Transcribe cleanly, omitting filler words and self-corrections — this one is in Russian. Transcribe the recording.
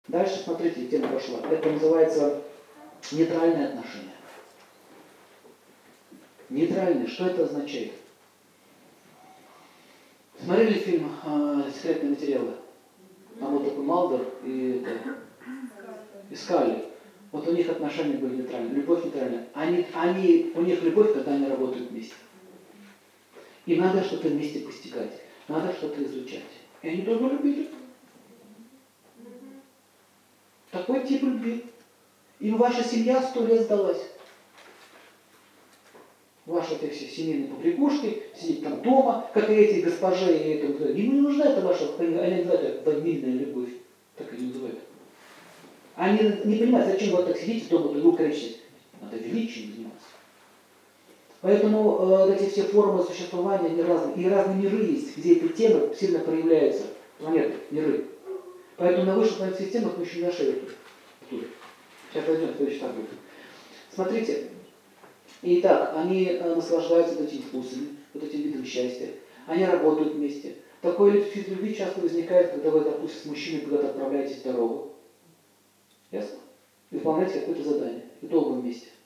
Дальше, смотрите, тема пошла. Это называется нейтральные отношения. Нейтральные. Что это означает? Смотрели фильм «Секретные материалы»? Там вот такой Малдер и Скалли. Вот у них отношения были нейтральные, любовь нейтральная. У них любовь, когда они работают вместе. И надо что-то вместе постигать, надо что-то изучать. И они тоже любили. Такой тип любви. Им ваша семья 100 лет сдалась. Ваши эти все семейные побрякушки, сидеть там дома, как и эти госпожи, и это, ему не нужна эта ваша, они называют это ванильная любовь. Так и называют. Они не понимают, зачем вы так сидите дома, друг друга кричите. Надо величием заниматься. Поэтому эти все формы существования, они разные. И разные миры есть, где эти темы сильно проявляются. Планеты, миры. Поэтому на высших планетных системах мы еще не нашли тут. Сейчас возьмем следующий этап будет. Смотрите. Итак, они наслаждаются вот этими вкусами, вот этим видом счастья. Они работают вместе. Такой вид любви часто возникает, когда вы, допустим, с мужчиной куда-то отправляетесь в дорогу. Ясно? И выполняете какое-то задание. И долго вместе.